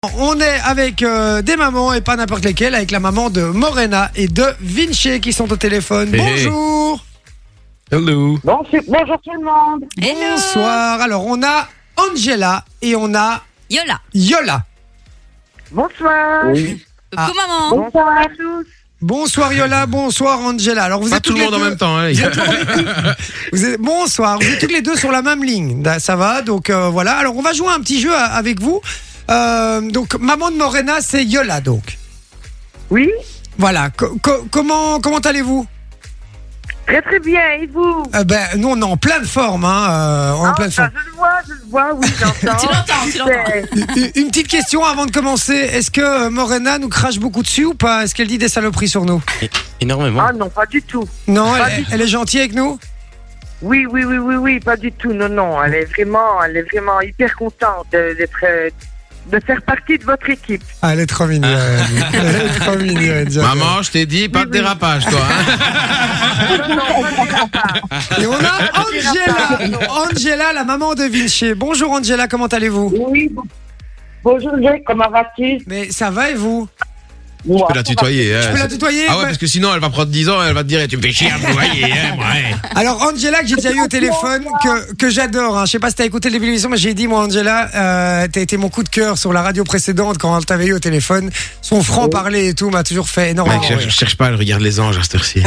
On est avec des mamans et pas n'importe lesquelles, avec la maman de Morena et de Vinci qui sont au téléphone. Bonjour. Hello. Bonjour tout le monde. Bonsoir. Alors on a Angela et on a Yola. Bonsoir. Oui. Coucou maman. Bonsoir à tous. Bonsoir Yola, bonsoir Angela. Alors vous Pas êtes tout toutes le les monde en deux- même temps, hein, les gars. Bonsoir, vous êtes toutes les deux sur la même ligne. Ça va, donc voilà. Alors on va jouer un petit jeu avec vous. Donc maman de Morena, c'est Yola donc. Oui, Voilà. Comment allez-vous? très très bien. Et vous? Nous on est en pleine forme, hein. En pleine forme. Je le vois, oui, j'entends. Tu l'entends. Une petite question avant de commencer. Est-ce que Morena nous crache beaucoup dessus ou pas? Est-ce qu'elle dit des saloperies sur nous? Énormément. Ah non, pas du tout. Non, Pas elle est gentille avec nous? Oui, pas du tout. Non, elle est vraiment hyper contente de faire partie de votre équipe. Ah, elle est trop mignonne. Elle est trop mignonne. j'adore. Maman, je t'ai dit, pas de dérapage, toi. Hein. Et on a Angela, la maman de Vinci. Bonjour Angela, comment allez-vous? Oui. Bonjour Jay, comment vas-tu? Mais ça va et vous? Tu peux la tutoyer. Je peux la tutoyer? Ah ouais, parce que sinon, elle va prendre 10 ans et elle va te dire, tu me fais chier à me tutoyer, hein, ouais. Alors Angela, que j'ai déjà eu au téléphone, que j'adore, hein. Je sais pas si t'as écouté l'émission, mais j'ai dit, moi Angela, t'as été mon coup de cœur sur la radio précédente quand elle t'avait eu au téléphone. Son franc-parler et tout m'a toujours fait énormément Mec, je rire. cherche pas, elle regarde les anges à cette heure-ci.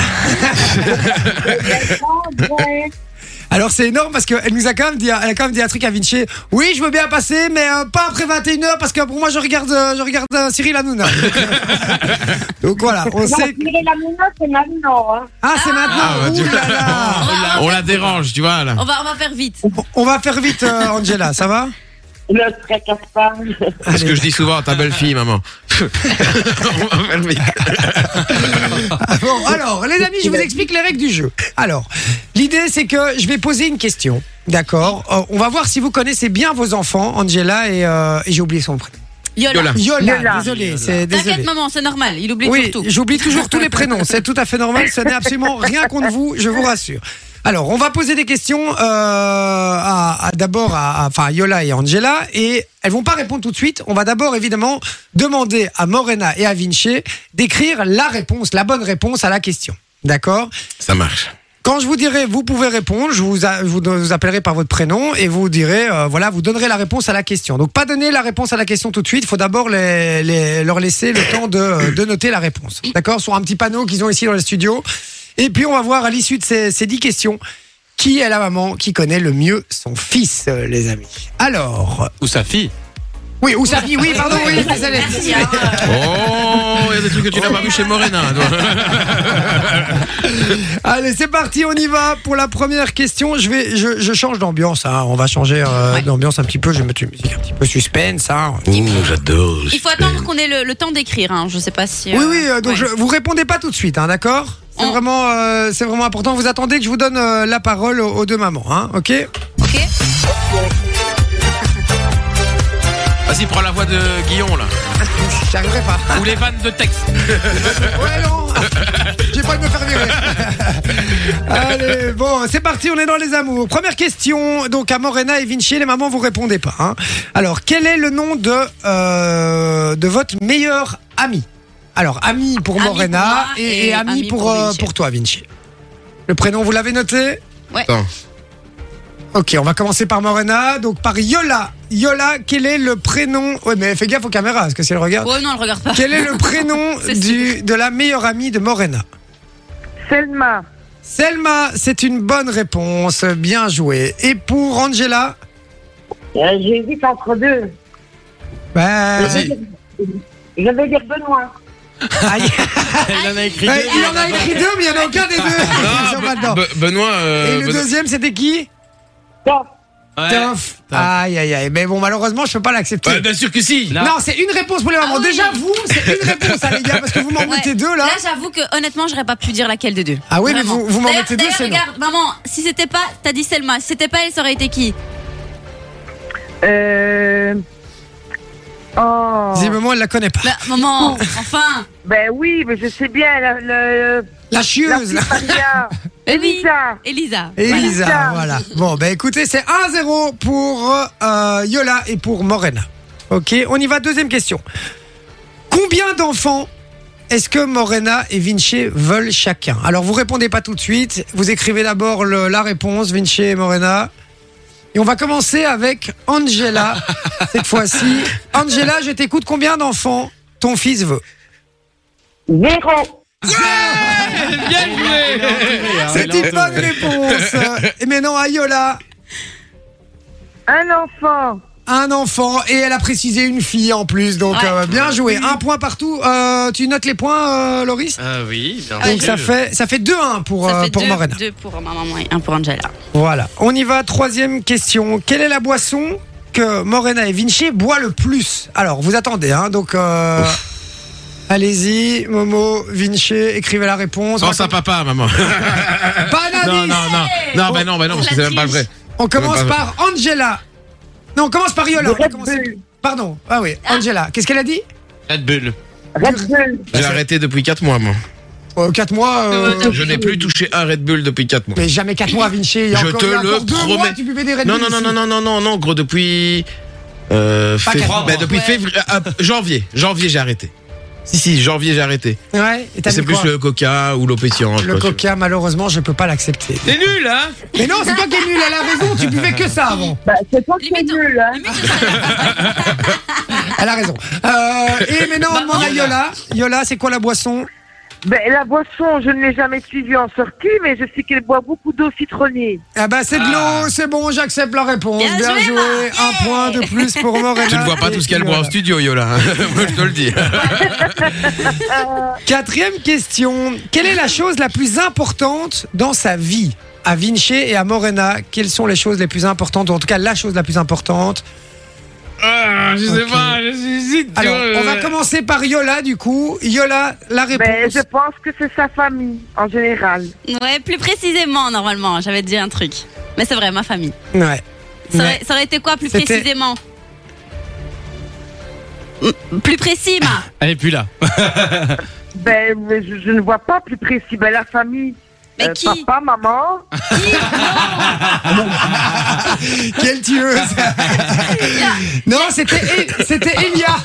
Alors c'est énorme parce qu'elle nous a quand même dit, elle a quand même dit un truc à Vinci. Oui, je veux bien passer, mais pas après 21h parce que pour moi je regarde Cyril Hanouna. Donc voilà, on sait. La minute, c'est maintenant. Hein. Ah, c'est maintenant. Ah, bah, Ouh tu- là là. On la dérange, tu vois, là. On va faire vite. On va faire vite, Angela, ça va? Ne se tracasse pas. C'est ce que je dis souvent à ta belle-fille, maman. On va faire le mec. Bon, alors, les amis, je vous explique les règles du jeu. Alors, l'idée, c'est que je vais poser une question. D'accord? On va voir si vous connaissez bien vos enfants, Angela et j'ai oublié son prénom. Yola. Yola, désolé. Désolé. T'inquiète maman, c'est normal. Il oublie Oui, surtout. j'oublie toujours tous les prénoms. C'est tout à fait normal. Ce n'est absolument rien contre vous, je vous rassure. Alors, on va poser des questions d'abord à Yola et Angela, et elles vont pas répondre tout de suite. On va d'abord évidemment demander à Morena et à Vinci d'écrire la réponse, la bonne réponse à la question. D'accord? Ça marche. Quand je vous dirai, vous pouvez répondre, je vous appellerai par votre prénom et vous direz, voilà, vous donnerez la réponse à la question. Donc, pas donner la réponse à la question tout de suite. Il faut d'abord leur laisser le temps de noter la réponse. D'accord? Sur un petit panneau qu'ils ont ici dans le studio. Et puis, on va voir à l'issue de ces 10 questions qui est la maman qui connaît le mieux son fils, les amis. Alors. Ou sa fille. Oui, ou sa fille, oui, pardon, oui, désolé. Merci, hein. Oh, il y a des trucs que tu n'as pas vu chez Morena. toi. Allez, c'est parti, on y va pour la première question. Je change d'ambiance, hein. On va changer d'ambiance un petit peu. Je vais mettre une musique un petit peu suspense, hein. Ouh, j'adore. Il faut attendre qu'on ait le temps d'écrire. Hein. Je sais pas si. Oui, donc ouais. vous répondez pas tout de suite, hein, d'accord? C'est vraiment important. Vous attendez que je vous donne la parole aux deux mamans, hein, ok? Ok. Vas-y, prends la voix de Guillaume, là. J'arriverai pas. Ou les vannes de texte. Ouais, non. J'ai pas de me faire virer. Allez, bon, c'est parti, on est dans les amours. Première question, donc à Morena et Vinci, les mamans, vous répondez pas, hein. Alors, quel est le nom de votre meilleur ami? Alors, ami pour Ami Morena pour moi et ami ami pour Vinci. pour toi, Vinci. Le prénom, vous l'avez noté? Ouais. Attends. Ok, on va commencer par Morena, donc par Yola. Yola, quel est le prénom? Ouais, mais fais gaffe aux caméras, parce que si elle regarde. Oh non, elle regarde pas. Quel est le prénom C'est sûr. de la meilleure amie de Morena? Selma. Selma, c'est une bonne réponse, bien joué. Et pour Angela? J'hésite entre deux. Vas-y. Je vais dire Benoît. Aïe. Il en a écrit Il en a écrit deux, mais il n'y en a aucun des deux. Ils sont pas dedans. Benoît. Et le deuxième, c'était qui? Top. Ouais. Toff. Aïe, aïe, aïe. Mais bon, malheureusement, je peux pas l'accepter. Ouais, bien sûr que si. Non. Non, c'est une réponse pour les mamans. Ah oui. Déjà, vous, c'est une réponse, hein, les gars, parce que vous m'en Ouais. mettez deux, là. Là, j'avoue que honnêtement, j'aurais pas pu dire laquelle des deux. Ah oui, mais Vraiment. vous m'en D'ailleurs- mettez deux, d'ailleurs, c'est non. regarde, maman, si c'était pas, t'as dit Selma, si c'était pas elle, ça aurait été qui? Oh. Visiblement, elle la connaît pas. Là, maman, enfin. Ben oui, mais je sais bien. La chieuse, là. La petite Maria. Eh oui. Elisa. Elisa. Elisa, Voilà. voilà. Bon, ben écoutez, c'est 1-0 pour Yola et pour Morena. Ok, on y va, deuxième question. Combien d'enfants est-ce que Morena et Vinci veulent chacun? Alors, vous répondez pas tout de suite. Vous écrivez d'abord la réponse, Vinci et Morena. Et on va commencer avec Angela, cette fois-ci. Angela, je t'écoute. Combien d'enfants ton fils veut? 0. Bien joué. C'est une bonne réponse. Et maintenant, Ayola, Un enfant. un enfant. Et elle a précisé une fille en plus. Donc, Ouais. bien joué. Un point partout. Tu notes les points, Loris? Oui, bien Donc, sûr. ça fait 2-1 pour Ça fait Morena. 2 pour ma maman et 1 pour Angela. Voilà. On y va. Troisième question. Quelle est la boisson que Morena et Vinci boivent le plus? Alors, vous attendez, hein. Donc, allez-y, Momo, Vinci, écrivez la réponse. Pense à papa, maman. Pas d'indice. Non, parce que c'est même pas vrai. On commence Pas vrai. par Angela. Non, on commence par Yola. Le On va Red commencer- Bull. Pardon. Ah oui, Angela. Qu'est-ce qu'elle a dit? Red Bull. Red Bull. J'ai arrêté depuis 4 mois, moi. 4 mois. Je n'ai plus touché un Red Bull depuis 4 mois. Mais jamais 4 mois, Vinci. Il y a Je encore, te il y a le encore 2 mois, promets. tu buvais des Red Non, Bull non, ici. non, gros, depuis. quatre mois. Depuis Ouais. février. Janvier, j'ai arrêté. Si, janvier, j'ai arrêté. Ouais, et t'as C'est mis plus quoi? le coca ou l'eau pétillante. Le quoi. coca, malheureusement, je peux pas l'accepter. T'es nul, hein? Mais non, c'est toi qui es nul, elle a raison, tu buvais que ça avant. Bah, c'est toi qui es Limite, nul, hein. Elle a raison. Et maintenant, on demande à Yola. Yola, c'est quoi la boisson? Ben, la boisson, je ne l'ai jamais suivie en sortie, mais je sais qu'elle boit beaucoup d'eau citronnée. Ah bah c'est de l'eau, c'est bon, j'accepte la réponse. Bien Bien joué, joué. Ma. Un point de plus pour Morena. Tu ne vois pas et tout ce qu'elle Yola. boit en studio, Yola. Moi, je te le dis. Quatrième question. Quelle est la chose la plus importante dans sa vie? À Vinci et à Morena, quelles sont les choses les plus importantes, ou en tout cas la chose la plus importante? Je sais pas, je suis Alors, on va commencer par Yola du coup. Yola, la réponse. Ben, je pense que c'est sa famille, en général. Ouais, plus précisément, normalement. J'avais dit un truc. Mais c'est vrai, ma famille. Ouais. Ça aurait été quoi, plus C'était- précisément? Plus précis, ma. Elle est plus là. Ben, mais je ne vois pas plus précis. Ben, la famille. Mais qui? Papa, maman. Quelle tueuse. Non, c'était Elia. C'était Elia.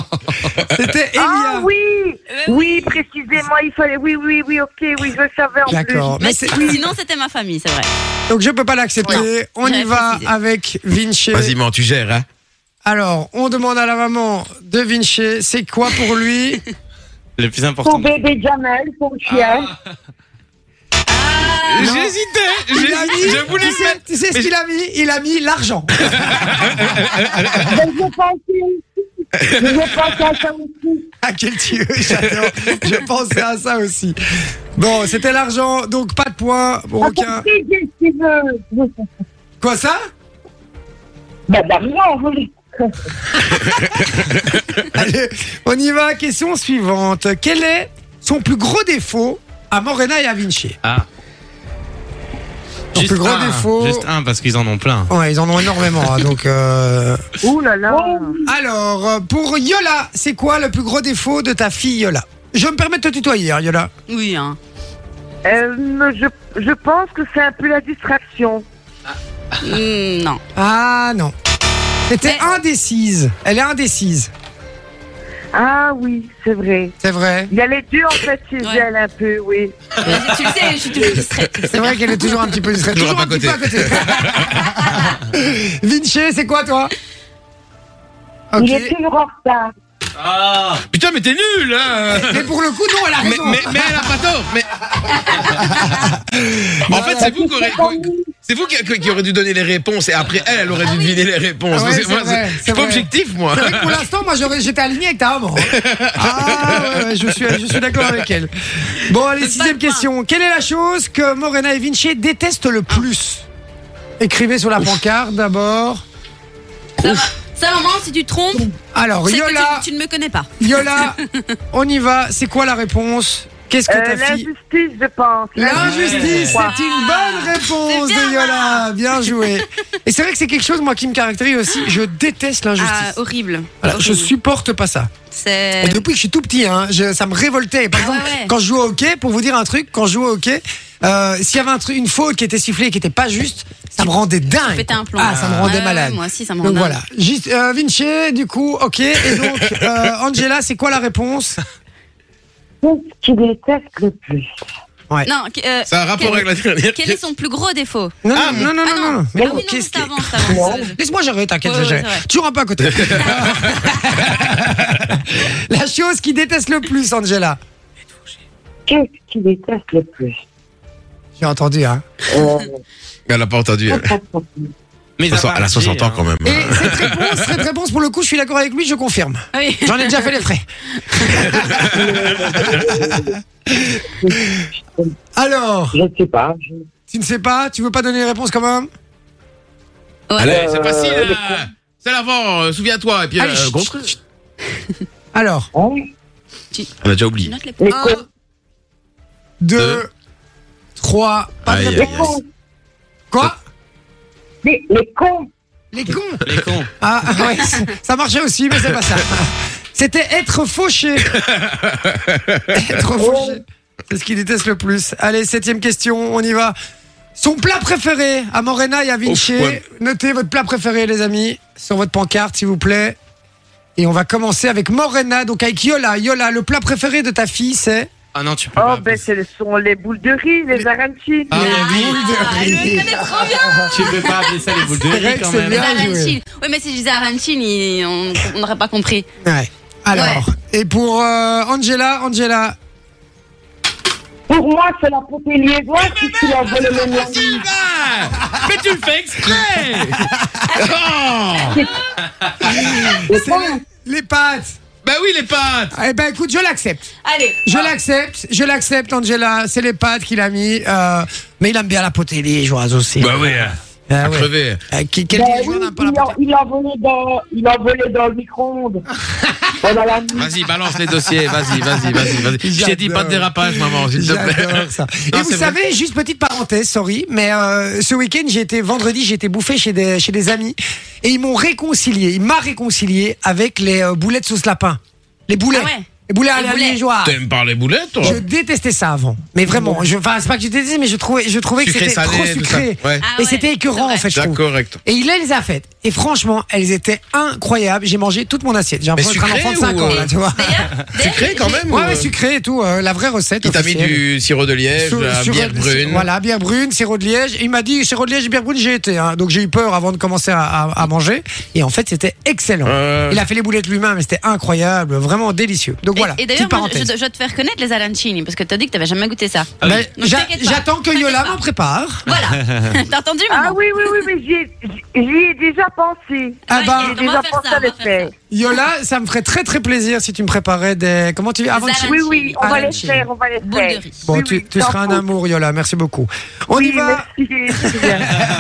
Ah oui. Oui, précisément, il fallait. Oui, ok, oui, je le savais en plus. D'accord. Mais Mais c'est- sinon, c'était ma famille, c'est vrai. Donc je peux pas l'accepter. Ouais. On y J'avais va précisé. avec Vinci. Vas-y, man, tu gères, hein. Alors, on demande à la maman de Vinci, c'est quoi pour lui? Le plus Son important. bébé Jamel, son chien. Non. J'hésitais. Il a mis- Je voulais tu sais- mettre. Tu sais ce qu'il a mis? Il a mis l'argent. Ben, je pensais à ça aussi. Ah, quel tueux, j'adore. Je pensais à ça aussi. Bon, c'était l'argent, donc pas de points pour aucun. Attends, qui dit ce qu'il veut. Quoi ça? Ben, d'argent, oui. Allez, on y va. Question suivante. Quel est son plus gros défaut à Morena et à Vinci? Ah. Son plus gros défaut. Juste un, parce qu'ils en ont plein. Ouais, ils en ont énormément. Hein, donc, Ouh là là. alors, pour Yola, c'est quoi le plus gros défaut de ta fille Yola? Je me permets de te tutoyer, hein, Yola. Oui, hein. Je pense que c'est un peu la distraction. Non. Ah non. C'était Mais- indécise. Elle est indécise. Ah oui, c'est vrai. C'est vrai. Il y a les deux en fait chez Ouais. elle un peu, oui. Tu le sais, je suis toujours distraite. C'est vrai qu'elle est toujours un petit peu distraite. Toujours un à petit côté. peu à côté. Vinci, c'est quoi toi? Ok. Il est toujours en retard. Ah. Putain, mais t'es nul, hein. Mais pour le coup, non, elle a raison. Mais elle a pas tort. Mais... en fait, c'est vous qui aurez dû donner les réponses et après elle aurait dû deviner les réponses. Ah ouais, Parce que c'est moi, vrai, je c'est suis pas vrai. objectif, moi. C'est vrai que pour l'instant, moi, j'étais aligné avec ta maman. Ah, ouais, je suis d'accord avec elle. Bon, allez, C'est pas sixième de point. question. Quelle est la chose que Morena et Vinci détestent le plus? Écrivez sur la pancarte d'abord. Ça, maman, si tu te trompes, Alors, c'est que Yola, tu ne me connais pas. Yola, on y va. C'est quoi la réponse? Qu'est-ce que ta fille... L'injustice, je pense. L'injustice, Quoi. c'est une bonne réponse C'est bien, de Yola. Bien joué. Et c'est vrai que c'est quelque chose, moi, qui me caractérise aussi. Je déteste l'injustice. Ah, horrible. Voilà, je Horrible. supporte pas ça. C'est. Et depuis que je suis tout petit, hein, ça me révoltait. Par exemple, ouais. quand je jouais au hockey, pour vous dire un truc, quand je jouais au hockey, s'il y avait une faute qui était sifflée et qui était pas juste, ça me rendait dingue. Péter un plomb. Ah, ça me rendait Ouais, malade. ouais, moi aussi, ça me rend Donc dingue. voilà. Vinci, du coup, ok. Et donc, Angela, c'est quoi la réponse? Qu'est-ce qui déteste le plus? Non, Ça a un rapport avec la dernière quel est son plus gros défaut? Non, Ah, non, non, non, Ah non, non. Ah oui, non, qu'est-ce c'est qui- avant, c'est avant. Laisse-moi gérer, t'inquiète, Ouais, je ouais, gère. c'est vrai. Toujours un peu à côté. La chose qui déteste le plus, Angela. Qu'est-ce qui déteste le plus? J'ai entendu, hein. Elle a pas entendu. Mais Elle a 60 ans quand même. Et cette réponse, pour le coup, je suis d'accord avec lui, je confirme. Oui. J'en ai déjà fait les frais. Alors, Je ne sais pas. tu ne sais pas? Tu veux pas donner les réponses quand même? Allez, c'est facile. C'est l'avant, souviens-toi. Et puis, Allez, chut, contre. chut. Alors, Hein? On a déjà oublié. Note les points. Les 1, cons. 2, 3, pas de Aïe, aïe, Les aïe. réponse. cons. Quoi? Les cons. Les cons. Les cons. Ah ouais, ça marchait aussi, mais c'est pas ça. C'était être fauché. Être fauché. C'est ce qu'il déteste le plus. Allez, 7e question, on y va. Son plat préféré à Morena et à Vinci. Ouf, ouais. Notez votre plat préféré, les amis, sur votre pancarte, s'il vous plaît. Et on va commencer avec Morena, donc avec Yola. Yola, le plat préféré de ta fille, c'est Ah non, tu peux Oh, pas. ben, ce sont les boules de riz, les arancines. Ah, les oui. boules de Elle le riz. connaît trop bien. Tu peux pas appeler ça les boules de C'est vrai riz que quand c'est même. bien. Les joué. arancines. Oui, mais si je disais arancines, on n'aurait pas compris. Ouais. Alors, et pour Angela. Pour moi, c'est la poupée liégeoise qui tu l'as volé le nom. Mais tu le fais exprès. Les C'est cons. les pâtes. Bah oui, les pâtes. Eh ben écoute, je l'accepte. Allez. Je l'accepte, Angela. C'est les pâtes qu'il a mis. Mais il aime bien la potée liégeoise aussi. Bah oui, Ah à ouais. crever. Quel Ben liégeois oui, n'aime pas la potée? il a volé dans le micro-ondes. Pendant la nuit. Vas-y, balance les dossiers. Vas-y. Je t'ai dit pas de dérapage, maman, s'il te plaît. J'adore ça. Et Non, vous c'est vrai. savez, juste petite parenthèse, sorry, mais ce week-end, vendredi, j'ai été bouffé chez des amis et il m'a réconcilié avec les boulettes sauce lapin. Les boulets. Ah ouais. Les boulets à Les la boulets. liégeoise. T'aimes pas les boulettes, toi? Je détestais ça avant. Mais vraiment, enfin, c'est pas que je détestais, mais je trouvais que Sucré, c'était salé, trop tout ça. sucré. Ouais. Ah Et ouais, c'était écœurant, c'est en vrai. fait, je trouve. Correct. Et il les a faites. Et franchement, elles étaient incroyables. J'ai mangé toute mon assiette. J'ai l'impression d'être un sucré enfant de 5 ou, ans, là, tu vois. Sucré quand même? Ouais, ou, ouais, sucré et tout. La vraie recette. Il t'a mis officielle. du sirop de liège, de la Sur- bière brune. Voilà, bière brune, sirop de liège. Il m'a dit sirop de liège et bière brune, j'ai été. Hein. Donc j'ai eu peur avant de commencer à manger. Et en fait, c'était excellent. Il a fait les boulettes lui-même, mais c'était incroyable, vraiment délicieux. Donc voilà, Et petite d'ailleurs, moi, parenthèse. je dois te faire connaître les arancini parce que t'as dit que t'avais jamais goûté ça. Ah oui. Mais Donc, t'inquiète pas, j'attends que t'inquiète Yola pas. m'en prépare. Voilà. T'as entendu, maman? Ah oui, mais j'y ai déjà pensé. Ah Ouais, bah, on J'ai va déjà faire pensé ça, à on va le faire faire. ça. Yola, ça me ferait très très plaisir si tu me préparais des. Comment tu dis avant Des Oui, oui, on va les Arancini. faire, on va les Boule faire. de riz. Bon, Oui, tu oui, seras un sans faute. amour, Yola. Merci beaucoup. On y Oui, va. merci, c'est bien.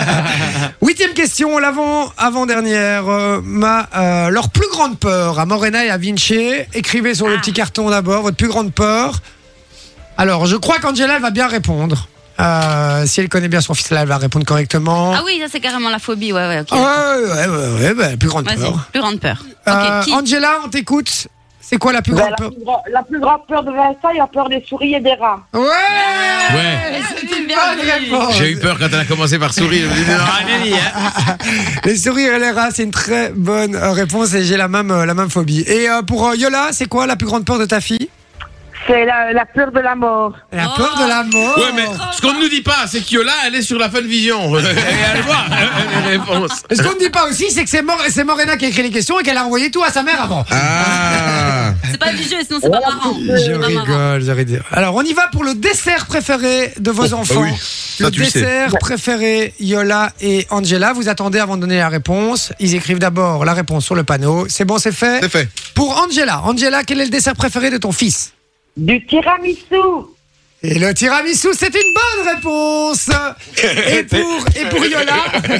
8e question, avant-dernière. Leur plus grande peur à Morena et à Vinci. Écrivez sur le petit carton d'abord votre plus grande peur. Alors, je crois qu'Angela, elle va bien répondre. Si elle connaît bien son fils, là, elle va répondre correctement. Ah oui, ça c'est carrément la phobie, ouais, ok. Ouais, bah, plus grande Vas-y, peur. plus grande peur. Ok, qui Angela, on t'écoute. C'est quoi la plus Ben, grande peur? la plus grande peur de Vincent, il a peur des souris et des rats. Ouais, Ouais. c'est une bien bonne dit. réponse. J'ai eu peur quand elle a commencé par sourire. Je me dis, non, allez-y, hein. Les sourires et les rats, c'est une très bonne réponse et j'ai la même phobie. Et pour Yola, c'est quoi la plus grande peur de ta fille? C'est la peur de la mort. La Oh. peur de la mort. Ouais, mais ce qu'on ne nous dit pas, c'est que là, elle est sur la Fun Vision. Et elle voit les réponses. Ce qu'on ne dit pas aussi, c'est que c'est Morena qui a écrit les questions et qu'elle a envoyé tout à sa mère avant. Ah. C'est pas du jeu, sinon c'est pas marrant. Je C'est pas marrant. rigole. Alors, on y va pour le dessert préféré de vos enfants. oui. Ça, Le tu le sais. dessert préféré, Yola et Angela. Vous attendez avant de donner la réponse. Ils écrivent d'abord la réponse sur le panneau. C'est bon, c'est fait. C'est fait. Pour Angela. Angela, quel est le dessert préféré de ton fils? Du tiramisu. Et le tiramisu, c'est une bonne réponse. Et pour Yola,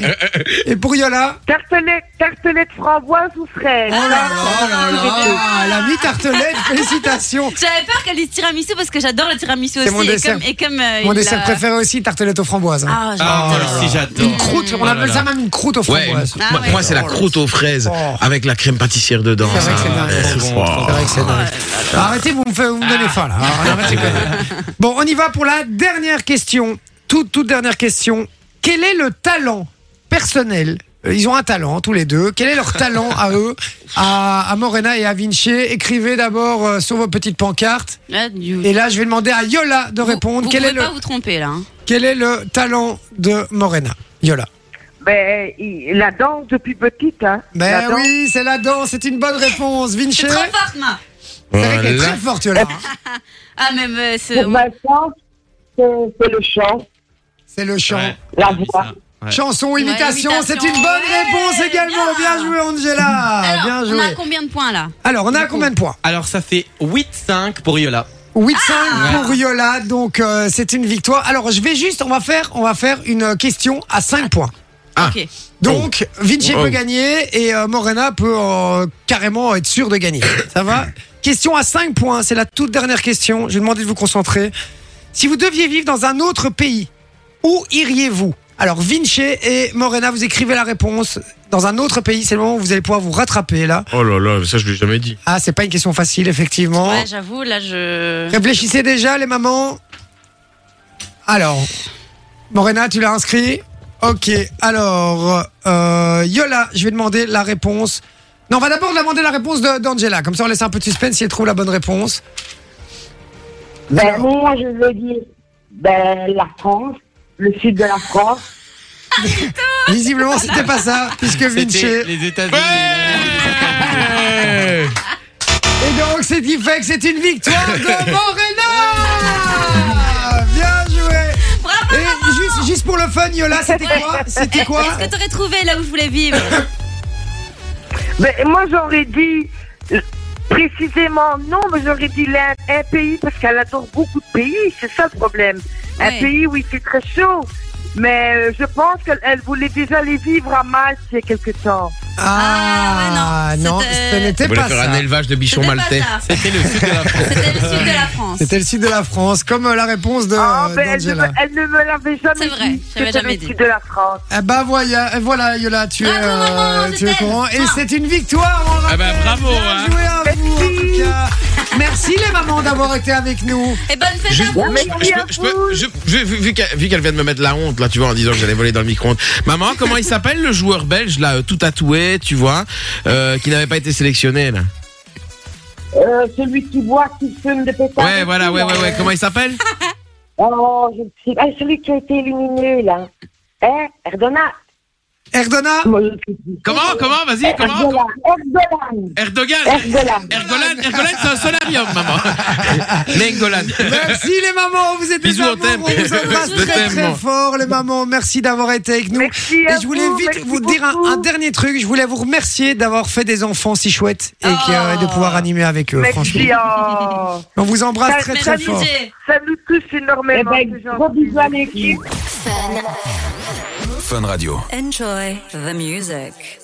Tartelette framboise ou fraise. oh là, la mi-tartelette, félicitations. J'avais peur qu'elle dise tiramisu parce que j'adore le tiramisu C'est aussi. mon dessert. Mon dessert préféré aussi, tartelette aux framboises. Ah, Ah, j'adore. moi aussi, j'adore. Une croûte, on appelle ça même une croûte aux Ouais, framboises. Ah, moi, ouais. moi, c'est la croûte aux fraises Oh. avec la crème pâtissière dedans. C'est vrai que c'est ça. dingue. c'est bon. C'est vrai que c'est dingue. Arrêtez, vous me donnez faim là. Arrêtez quand même. Bon, on y va pour la dernière question. Toute dernière question. Quel est le talent personnel? Ils ont un talent tous les deux. Quel est leur talent à eux, à Morena et à Vinci? Écrivez d'abord sur vos petites pancartes. Et là, je vais demander à Yola de répondre. Vous Quel pouvez est pas vous tromper là. Hein. quel est le talent de Morena? Yola. Ben, la danse depuis petite, hein. La Ben danse. oui, c'est la danse. C'est une bonne réponse. Vinci. C'est trop forte, moi. C'est vrai qu'elle est Voilà. très forte, Yola. Ah, même c'est. Pour Vincent, c'est le chant, C'est le chant. Ouais, la j'ai vu voix. ça. Ouais. Chanson, imitation, imitation, c'est une bonne réponse ouais, également. Bien bien. joué, Angela. Alors, Bien on a joué. combien de points là? Alors, on a combien de points? Alors, ça fait 8-5 pour Yola. 8-5 pour Yola, donc c'est une victoire. Alors, on va faire une question à 5 points. Ah. Ok. Donc, Vinci Oh. peut gagner et Morena peut carrément être sûr de gagner. Ça va? Question à 5 points, c'est la toute dernière question. Je vais demander de vous concentrer. Si vous deviez vivre dans un autre pays, où iriez-vous? Alors, Vinci et Morena, vous écrivez la réponse. Dans un autre pays, c'est le moment où vous allez pouvoir vous rattraper là. Oh là là, ça je l'ai jamais dit. Ah, c'est pas une question facile, effectivement. Ouais, j'avoue, là je. Réfléchissez déjà, les mamans. Alors, Morena, tu l'as inscrit? Ok, alors, Yola, je vais demander la réponse. Non, on va d'abord demander la réponse d'Angela. Comme ça, on laisse un peu de suspense si elle trouve la bonne réponse. Ben, moi, je veux dire, la France, le sud de la France. Visiblement, c'était pas ça, puisque Vinci. C'était les États-Unis. Ouais. Et donc, c'est qui fait que c'est une victoire de Morena. Bien joué. Bravo! Et juste pour le fun, Yola, c'était quoi? C'était quoi? Est-ce que t'aurais trouvé là où je voulais vivre? Ben, moi, j'aurais dit, précisément, non, mais j'aurais dit un pays, parce qu'elle adore beaucoup de pays, c'est ça le problème. Un Ouais. pays où il fait très chaud. Mais je pense qu'elle voulait déjà aller vivre à Malte il y a quelque temps. Ah, non, c'était- ce n'était On voulait pas faire ça. un élevage de bichons C'était pas maltais. ça. C'était le sud de la France. C'était le sud de la France. C'était le sud de la France, comme la réponse de Elle d'Angela. ne me l'avait jamais C'est vrai, dit. j'avais C'était jamais le dit. sud de la France. Eh ben voilà Yola, tu Bravo, maman, es je t'aime. courant et Ah. c'est une victoire. On Ah ben, rappelle. bravo, Bien hein. joué à vous, en Merci. tout cas. Merci les mamans d'avoir été avec nous. Et bonne fête Juste- à vous! vu qu'elle vient de me mettre la honte là, tu vois, en disant que j'allais voler dans le micro-ondes. Maman, comment il s'appelle le joueur belge là, tout tatoué, tu vois, qui n'avait pas été sélectionné là? Celui qui boit, qui fume de pétard. Ouais, voilà, ouais. Comment il s'appelle? Oh, je sais. Celui qui a été éliminé, là. Erdona. Erdona, Moi, je sais plus. Comment? Vas-y, comment? Erdogan. Ergolan, c'est un solarium, maman. Nengolan. merci les mamans, vous êtes des Bisous, on amours, t'aime. on vous embrasse Je très t'aime, très moi. fort les mamans. Merci d'avoir été avec nous. Merci Et à je voulais vous, vite merci vous dire beaucoup. un dernier truc. Je voulais vous remercier d'avoir fait des enfants si chouettes et de pouvoir animer avec eux. Franchement, Merci. Oh. on vous embrasse très Merci, très fort. DJ. Ça nous touche énormément. Gros bisous à l'équipe. Fun Radio. Enjoy the music.